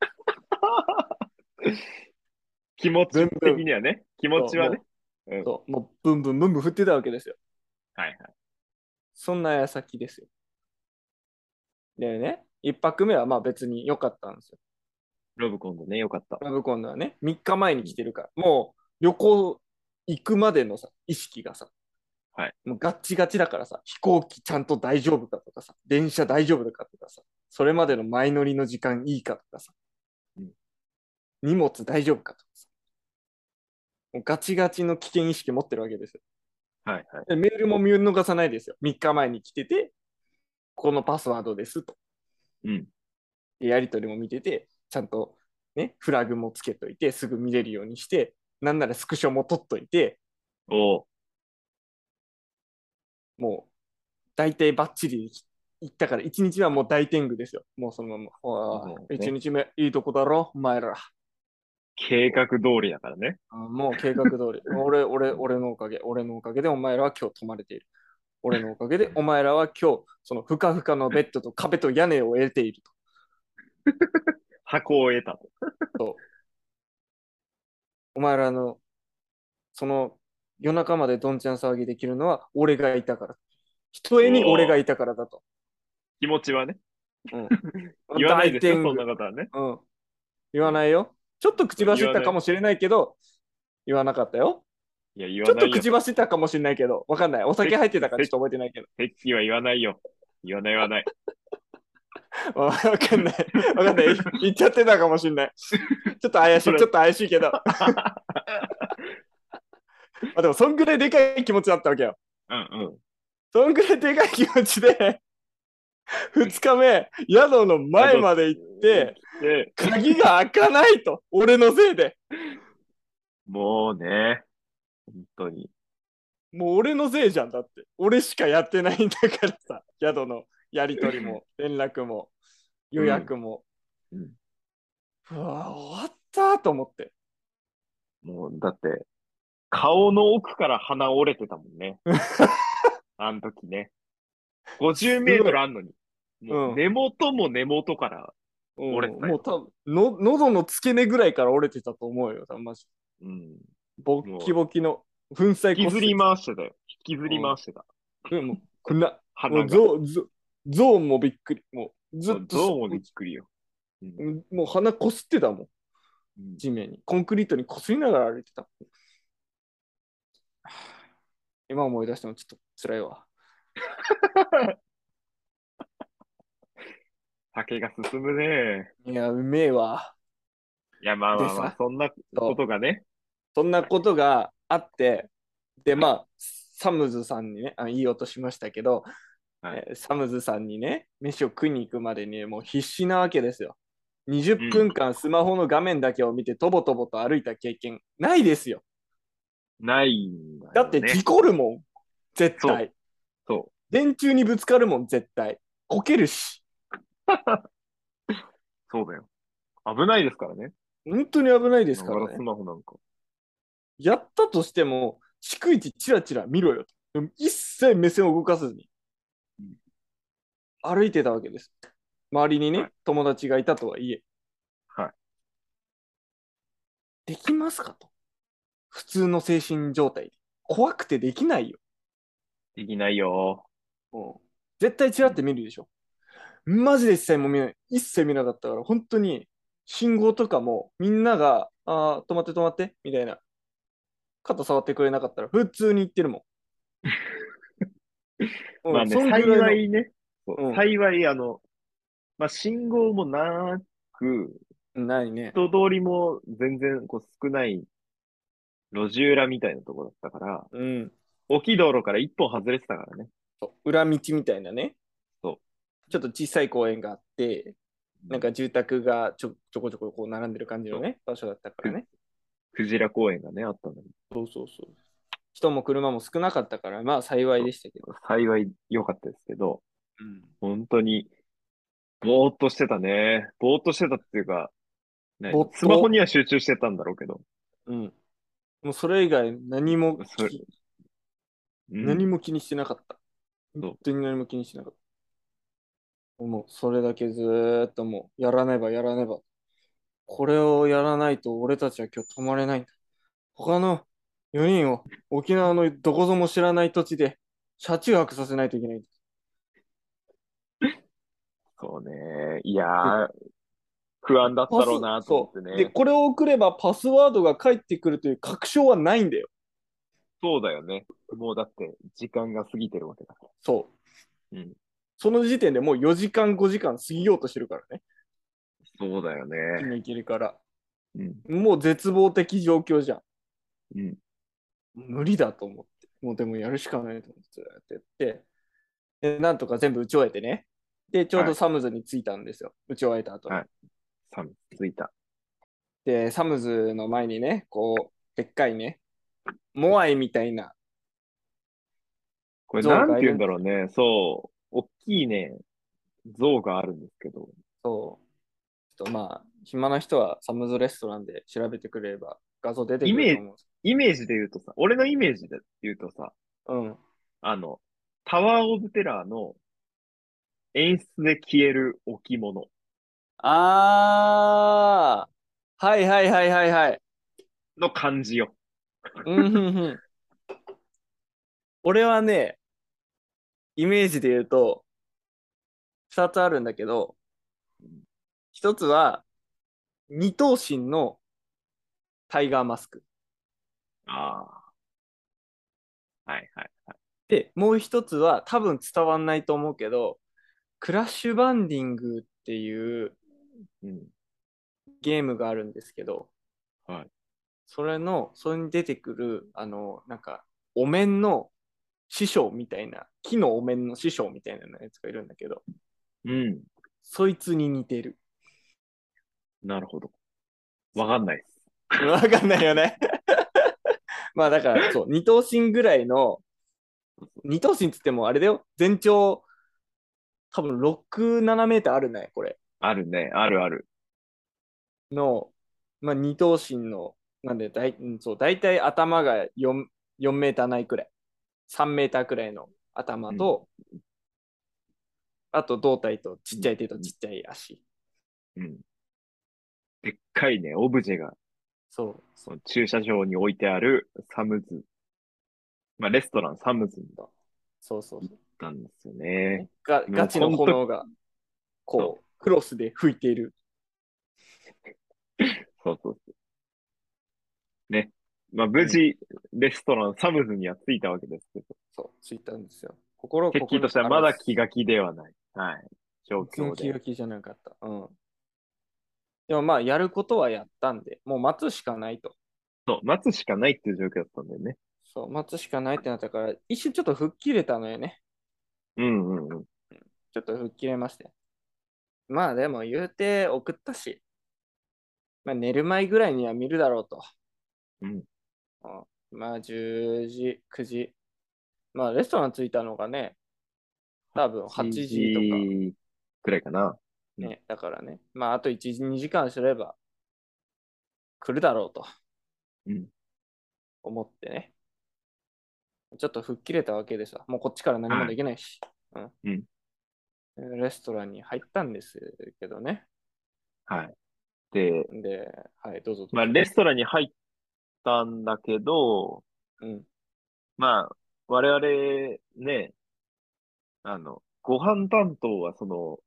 気持ちブンブン。 的にはね。気持ちはね。うん。 もうブンブンブンブン振ってたわけですよ。 はいはい。 そんな矢先ですよ。でね、一泊目はまあ別に良かったんですよ。 ロブコンのね、よかった。 ラブコンではね、3日前にうん。 来てるから、もう旅行行くまでのさ、意識がさ、 はい。 もうガッチガチだからさ、飛行機ちゃんと大丈夫かとかさ、電車大丈夫かとかさ、それまでの前乗りの時間いいかとかさ、 うん。 荷物大丈夫かとかさ、もうガチガチの危険意識持ってるわけですよ。 はいはい。 でメールも見逃さないですよ。3日前に来てて、このパスワードですと。 うん。 やり取りも見てて、ちゃんとね、フラグもつけといて、すぐ見れるようにして、なんならスクショも撮っといて、 おう。 もう大体バッチリ行ったから、1日はもう大天狗ですよ。もうそのまま、1 もうね、 日目いいとこだろ、お前ら。 計画通りだからね。 もう計画通り。俺のおかげ。俺のおかげでお前らは今日泊まれている。俺のおかげでお前らは今日、そのふかふかのベッドと壁と屋根を得ている箱を得たと。 と。お前らの、その夜中までどんちゃん騒ぎできるのは俺がいたから。ひとえに俺がおう。 いたからだと。 気持ちはね。 うん。 言わないですよ、そん大天狗。 なことはね。 うん。言わないよ。ちょっと口走っ言わない。 たかもしれないけど、言わなかったよ。 いや、言ちょっとわないよ。 口走ったかもしれないけど、わかんない。お酒入ってたからちょっと覚えてないけど。 敵は言わないよ。言わない言わない。 わかんない。わかんない。言っちゃってたかもしれない。ちょっと怪しい。 それ、 ちょっと怪しいけど。でも、そんぐらいでかい気持ちだったわけよ。 うんうん。 そんぐらいでかい気持ちで、2日目、宿の前まで行って、 で、 鍵が開かないと。俺のせいで。 もうね、本当に。 もう俺のせいじゃん。だって。俺しかやってないんだからさ。宿のやりとりも、連絡も、予約も。 うん。 うわ、終わったと思って。 もう、だって、顔の奥から鼻折れてたもんね。あの時ね。50メすごい。 ートルあんのに。もう、 うん。 根元も根元からうん、 折れてたよ。 もう多分喉の付け根ぐらいから折れてたと思うよ。多分マジ。 うん。 ボッキもう、 ボキの粉砕骨折。 引きずり回してたよ。引きずりうん。 回してた。 もう、もう鼻が。 ゾウもびっくり。もう、ずっとゾウもびっくりよ。うん。 もう鼻こすってたもん。 うん、 地面に。コンクリートにこすりながら歩いてた。今思い出してもちょっと辛いわ。 酒が進むね。 いや、うめえわ。 いや、まあまあまあ、 でさ、 そんなこそう、 とがね。 そんなことがあって、で、まあ、サムズさんにね、言い落としましたけど、 はい。 サムズさんにね、飯を食いに行くまでにもう必死なわけですよ。20 うん。 分間スマホの画面だけを見てとぼとぼと歩いた経験ないですよ。 ないんだだって事よね。 故るもん、絶そう、 対。 そ電柱にぶつかるもん、絶対。こけるし。 う、そうだよ。危ないですからね。 本当に危ないですかガラスらね。 マホなんか。 やったとしても、逐一チラチラ見ろよと。でも一切目線を動かさずにうん、 歩いてたわけです。周りにはい、 ね、友達がいたとはいえ、 はできますかと。普通の精神状態で。怖くてできないよ。 い。できないよ。 うん、絶対チラって見るでしょ。マジで一切も見ない。一切見なかったから、本当に信号とかもみんなが、止まって止まってみたいな。肩触ってくれなかったら普通に言ってるもん。うん、 まあね、 そんぐらいの。 幸いね、そううん、 幸い、まあ、信号もなく、 ないね。 人通りも全然こう少ない路地裏みたいなところだったから、 うん。 大きい道路から一本外れてたからね。 裏道みたいなね。 そちょっと小さい公園があって、 う。うん、 なんか住宅がちょこちょここう並んでる感じのそう。 ね、場所だったからね。 クジラ公園がね、あったのに。 そうそうそう。人も車も少なかったから、まあ幸いそでしたけど。 う、幸い良かったですけど、 うん。 本当に、ぼーっとしてたね。ぼーっとしてたっていうか、 没スマホ頭。 には集中してたんだろうけど、 うん。もうそれ以外それ、うん、 何も気にしてなかった。本そう。 当に何も気にしてなかった。もうそれだけずーっともうやらねばやらねば。これをやらないと俺たちは今日泊まれないんだ。他の4人を沖縄のどこぞも知らない土地で車中泊させないといけない。 そうね。いやで、 ー、不安だったろうなと思ってで、 ね。 これを送ればパスワードが返ってくるという確証はないんだよ。 そうだよね。もうだって、時間が過ぎてるわけだから。 そう。 うん。 その時点でもう4時間、5時間過ぎようとしてるからね。 そうだよね。 締め切りから。 うん。 もう絶望的状況じゃん。 うん。 無理だと思って。もうでもやるしかないと思ってずっとやってで、なんとか全部打ち終えてね。で、ちょうはい。 どサムズに着いたんですよ。打ち終えた後に。 はい。寒い。着いた。 で、サムズの前にね、こう、でっかいね、モアイみたいなこれなんて言うん像がいるんです。 だろうね。そう、大きいね、像があるんですけど、 そう。まあ、暇な人はサムズレストランで調べてくれれば画像出てイメージ、 くると思うんです。 イメージで言うとさ、俺のイメージで言うとさ、 うん。 あの、タワーオブテラーの演出で消える置物あー、はいはいはいはいはい。 の感じよ。 うんふんふん。俺はね、イメージで言うと、二つあるんだけど、一つは二頭身のタイガーマスク。 ああ、はいはいはい。 で、もう一つは多分伝わんないと思うけど、クラッシュバンディングっていううん。 ゲームがあるんですけど、 はい。 それに出てくる、なんか、お面の師匠みたいな、木のお面の師匠みたいなやつがいるんだけど、 うん。 そいつに似てる。 なるほど。わかそんないです。 う。わかんないよね。まあだから、そう、二頭身ぐらいの、二頭身っつってもあれだよ、全長多分6、7メーターあるね、これ。 あるね。あるある。 の、まあ二頭身の、なんで、そう、大体頭が4メーターないくらい。3メーターくらいの頭うん。 と、あと胴体とちうん。 っちゃい手とちっちゃい足。 うん。でっかいね、オブジェが、 そう、 その駐車場に置いてあるサムズ。まあ、レストランサムズに行っそうそうそう。 たんですよね。 ねガもう、 チの炎が、 そうこう、クロスで吹いている。 そうそうそう。ね。まあ、 うん。 無事、レストランサムズには着いたわけですけど、 そう、ついたんですよ。心テッここにキーとしてはまあらず。 だ気が気ではない。はい。状全然況で。 気が気じゃなかった。うん。でもまあ、やることはやったんで、もう待つしかないと。 そう、待つしかないっていう状況だったんだよね。 そう、待つしかないってなったから、一瞬ちょっと吹っ切れたのよね。 うんうんうん。 ちょっと吹っ切れまして。まあでも言うて送ったし、まあ、寝る前ぐらいには見るだろうと。 うん。 まあ10時、9時。まあレストラン着いたのがね、多分 7 8時とか。 時くらいかな。うん。 ね、だからね。まああと1時、2時間すれば来るだろうとうん。 思ってね。ちょっと吹っ切れたわけですわ。もうこっちから何もはい。 できないし。うん。 うん。 レストランに入ったんですけどね。 はい。で、 で、はい、どうぞどまあ、 うぞ。 レストランに入ったんだけど、 うん。 まあ、我々ね、ご飯担当は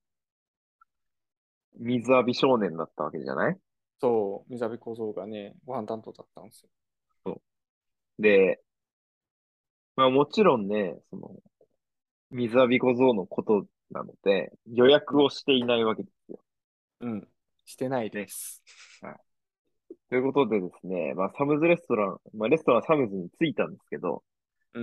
水浴び少年だったわけじゃない？ そう、水浴び小僧がね、ご飯担当だったんですよ。 そう。で、まあもちろんね、水浴び小僧のことなので、予うん。 約をしていないわけですよ。 うん。してないでね。 す。 はい。ということでですね、まあサムズレストラン、まあレストランサムズに着いたんですけど、 うん。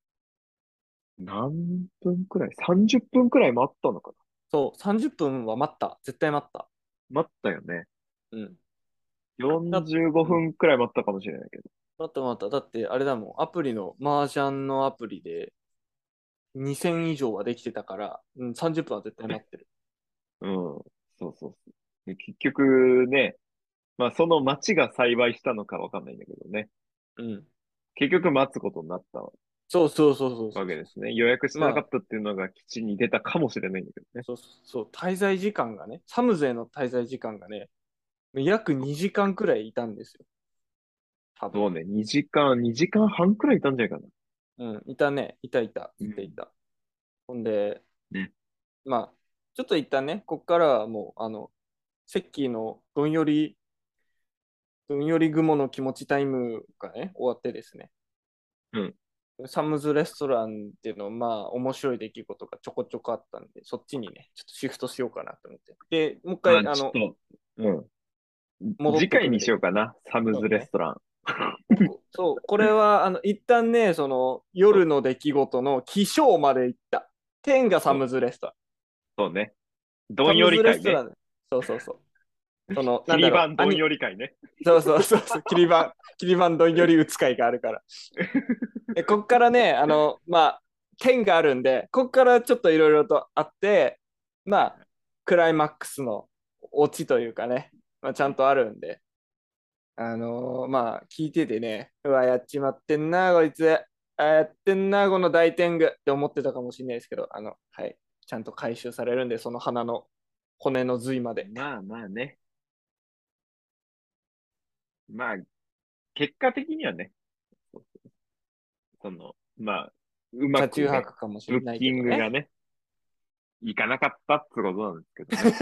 何分くらい？ 30 分くらい待ったのかそう、30分は待った。絶対待った。 な？待ったよね。 うん。 45 うん。 分くらい待ったかもしれないけど。 待った待った。だって、あれだもん。アプリの、麻雀のアプリで2000以上はできてたから、うん、30分は絶対待ってる。 うん。そうそうそう。で結局ね、まあその待ちが幸いしたのかわかんないんだけどね。 うん。 結局待つことになったそうそうそうそうそうそわけですね。予約しう。 てなかまあ、 ったっていうのが基地に出たかもしれないんだけどね。 そうそうそう。滞在時間がね、サムズへの滞在時間がね、約2時間くらいいたんですよ。多分。 そうね、2時間半くらいいたんじゃないかな。 うん。いたね。いたいた。 うん。 絶対いた。ほんで、 ね。 まあ、ちょっと一旦ね、こっからはもう、セッキーのどんより雲の気持ちタイムがね、終わってですね、 うん。 サムズレストランっていうの、まあ、面白い出来事がちょこちょこあったんで、そっちにね、ちょっとシフトしようかなと思って。で、もう一あ、 回、 ちょっと、うん。 戻っ次回にしてくるんで。 ようかな。サムズそうね。 レストラン。 そう、これは、一旦ね、その、 そう、 夜の出来事の起承まで行った。天がサそう、 ムズレストラン。 そうね。どんよサムズレり会ね。 ストラン。そうそうそう。 その、 キリバンどんより会ね。 そうそうそうそう、キリバンどんより打つ会があるから。こっからね、まあ、剣があるんで、こっからちょっといろいろとあって、まあ、クライマックスのオチというかね、まあ、ちゃんとあるんで、まあ、聞いててね、うわ、やっちまってんな、こいつ。やってんな、この大天狗って思ってたかもしれないですけど、はい、ちゃんと回収されるんで、その鼻の骨の髄まで。 まあまあね。まあ、結果的にはね、まあ、うま車中くね、 泊かもしれないブッキけどね。 ングがね、いかなかったってことなんですけどね。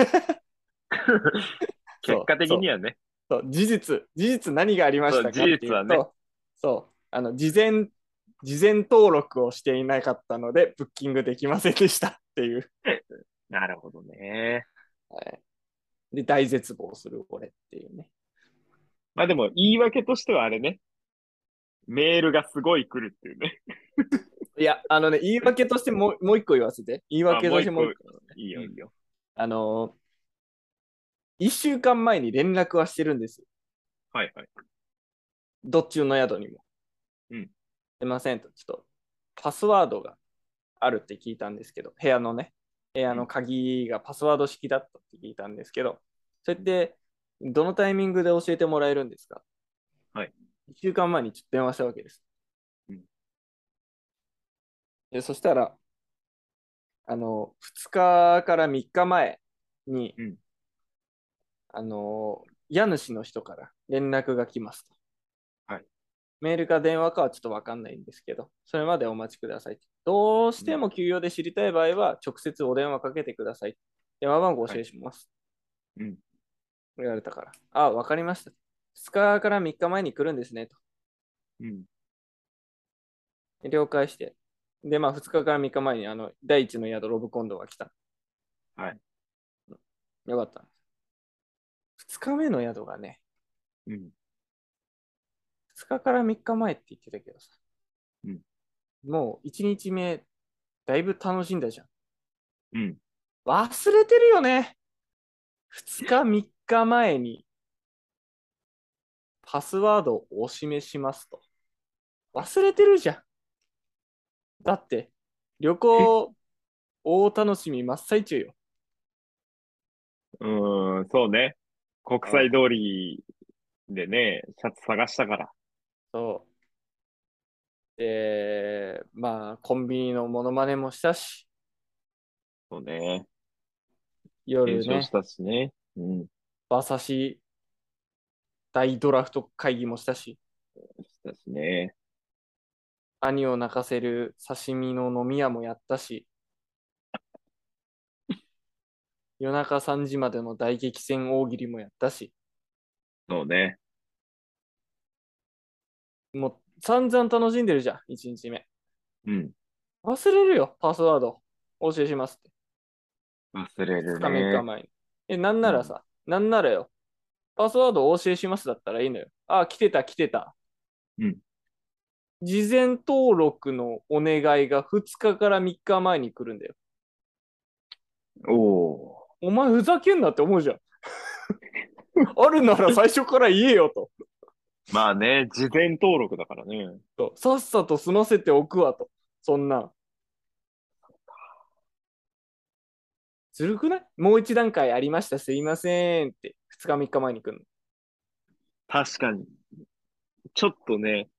結果そう、そう。 的にはね、 そう、事実何がありましそう、事たかって実はね、 いうと、そう、事前登録をしていなかったので、ブッキングできませんでしたっていう。 なるほどね。 はい、で、大絶望する俺っていうね。 まあでも、言い訳としてはあれね、メールがすごい来るっていうね。 いや、言い訳としてもう一個言わせて。言いあ、 訳としてもう一個、いもう一個ね。 いよ、いうん。 いよ。 あの一週間前に連絡はしてるんです。 はいはい。 どっちの宿にも。 うん。 すいませんと、ちょっと、パスワードがあるって聞いたんですけど、部屋のね、部屋のうん。 鍵がパスワード式だったって聞いたんですけど、それって、どのタイミングで教えてもらえるんですか？ はい。 1 週間前にちょっと電話したわけです。 うん。 そしたら、2日から3日前に、 うん。 家主の人から連絡が来ますと。 はい。 メールか電話かはちょっとわかんないんですけど、それまでお待ちください。どうしうん。 ても休養で知りたい場合は、直接お電話かけてください。電話番号をはい。 教えします。 うん。 言われたから。あ、わかりました。2日から3日前に来るんですね。と。 うん。 了解して。で、まあ、2日から3日前に、第一の宿、ロブコンドが来た。 はい。 よかった。2日目の宿がね、 うん。 2日から3日前って言ってたけどさ、 うん。 もう1日目、だいぶ楽しんだじゃん。 うん。 忘れてるよね。2日、3日前にパスワードをお示しますと。 はい。 忘れてるじゃん。だって、旅行、大楽しみ真っ最中よ。 そうね。国うん。 際通りでね、シャツ探したから。 そう。で、まあ、コンビニのモノマネもしたし、 そうね。検夜ね、 証したしね。うん。 馬刺し大ドラフト会議もしたし、 したしね。 兄を泣かせる刺身の飲み屋もやったし、夜中3時までの大激戦大喜利もやったし、 そうね。 もう散々楽しんでるじゃん、1日目。 うん。 忘れるよ、パスワード。お教えしますって。 忘れ 2 る日3 ね。 日前に。なんうん。 ならさ、なんならよ、パスワードお教えしますだったらいいのよ。あ、来てた来てた。 うん。 事前登録のお願いが2日かから3日前に来るんだよ。 おー。 お前ふざけんなって思うじゃん。あるなら最初から言えよと。 まあね、事前登録だからね。 さっさと済ませておくわと。そんな。ずるくない？もう一段階ありました。すいませんって。2日3日前に来るの。 確かに。ちょっとね、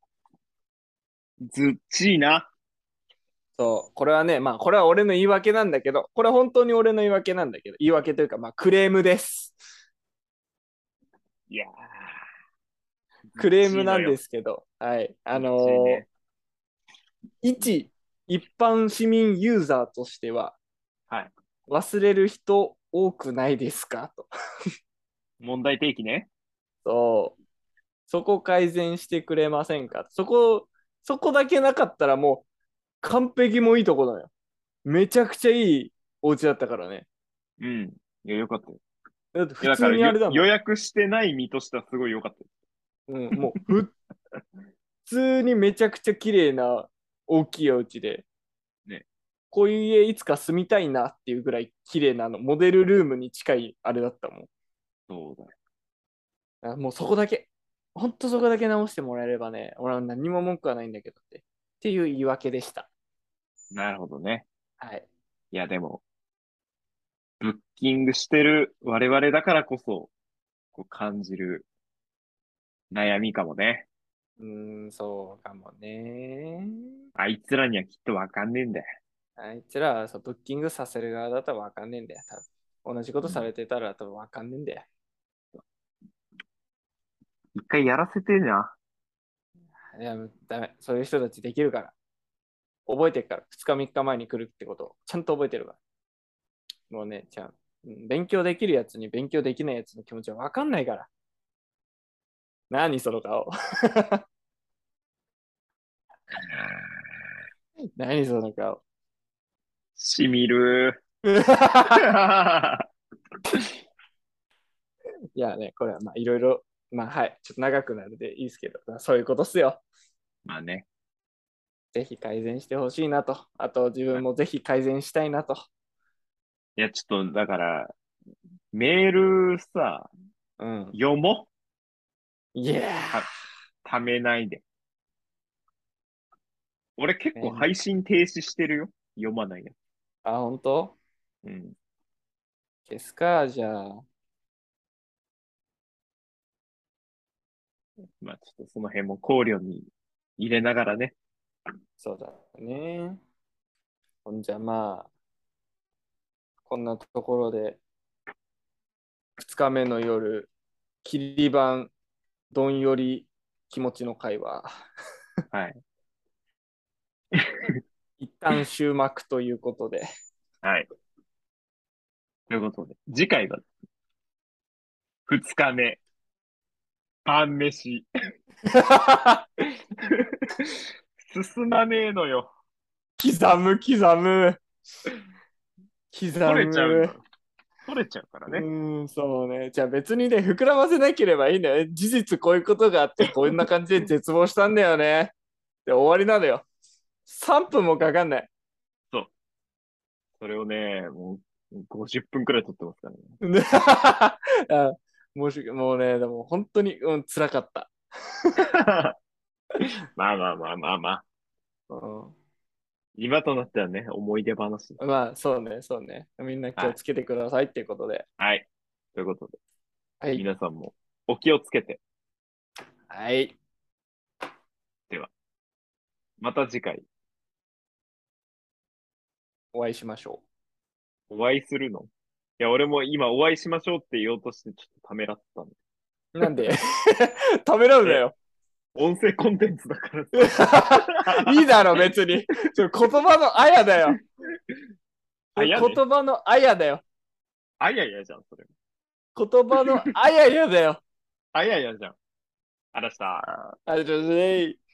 ずっちいな。 そう。これはね、まあ、これは俺の言い訳なんだけど、これは本当に俺の言い訳なんだけど、言い訳というか、まあ、クレームです。 いやー、ずっクレームなんでちいのよ。 すけど、はい。 ずっちいね。 一一般市民ユーザーとしては、 はい。 忘れる人多くないですかと。 問題提起ね。 そう。そこ改善してくれませんか？そこだけなかったらもう完璧もいいとこだよ。めちゃくちゃいいお家だったからね。 うん。いや、よかったよ。 だっていや、だか普通ら予にあれだも約してない身としてはすごい良かったよ。 ん。うん、もう普通にめちゃくちゃ綺麗な大きいお家で、 ね。 こういう家いつか住みたいなっていうぐらい綺麗なモデルルームに近いあれだったもん。 そうだよ。 もうそこだけ、ほんとそこだけ直してもらえればね、俺は何も文句はないんだけどって。っていう言い訳でした。 なるほどね。 はい。 いや、でも、ブッキングしてる我々だからこそ、こう感じる悩みかもね。 そうかもね。 あいつらにはきっとわかんねえんだよ。 あいつらはそうブッキングさせる側だったらわかんねえんだよ。多分同じことうん。 されてたら多分わかんねえんだよ。 一回やらせてんじゃん。 いや、ダメ。そういう人たちできるから。覚えてるから。2日3日前に来るってことをちゃんと覚えてるから。もうね、勉強できるやつに勉強できないやつの気持ちはわかんないから。何その顔。何その顔。 しみるいやね、これはまあいろいろ、まあはい、ちょっと長くなるでいいですけど、そういうことっすよ。 まあね。 ぜひ改善してほしいなと。あと自分もぜひ改善したいなと。 いや、ちょっと、だから、メールさ、 うん。 読もいやう。ためないで。俺結構ー、 配信停止してるよ。読まないやあ、本当？ つ。うん。 消すか、じゃあ。 まあちょっとその辺も考慮に入れながらね。 そうだね。ほんじゃまあ、こんなところで、2日目の夜、切り板、どんより気持ちの会話、 はい。 一旦終幕ということで。 はい。ということで、次回が2日目、パン飯。進まねえのよ。 刻む、刻む、刻取れちゃうむ。 の。取れちゃうからね。 そうね。じゃあ別にね、膨らませなければいいんだよね。事実こういうことがあって、こんな感じで絶望したんだよね。で、終わりなのよ。3分もかかんない。 そう。それをね、もう50分くらい取ってますからね。 ねあもうね、でも本当に、辛かった。 まあまあまあまあまあ。 うん今となってはね、思い出話です。 まあ、そうね、そうね。みんな気はい。 をつけてくださいっていうことで。 はい。ということで、 はい。 皆さんもお気をつけて。 はい。 では、また次回お会いしましょお会いするの。いや、俺も今お会いしましょうって言おうとしてちょっとためらったんで。 う。なんでためらうなえ、 よ。 音声コンテンツだからいいだろ、 さ。 別に。言葉のあやだよ。 あ、 言やね。 葉のあやだよ。 あややじゃん、それ。 言葉のあややだよ。 あややじゃん。あらした。 ありがとうございます。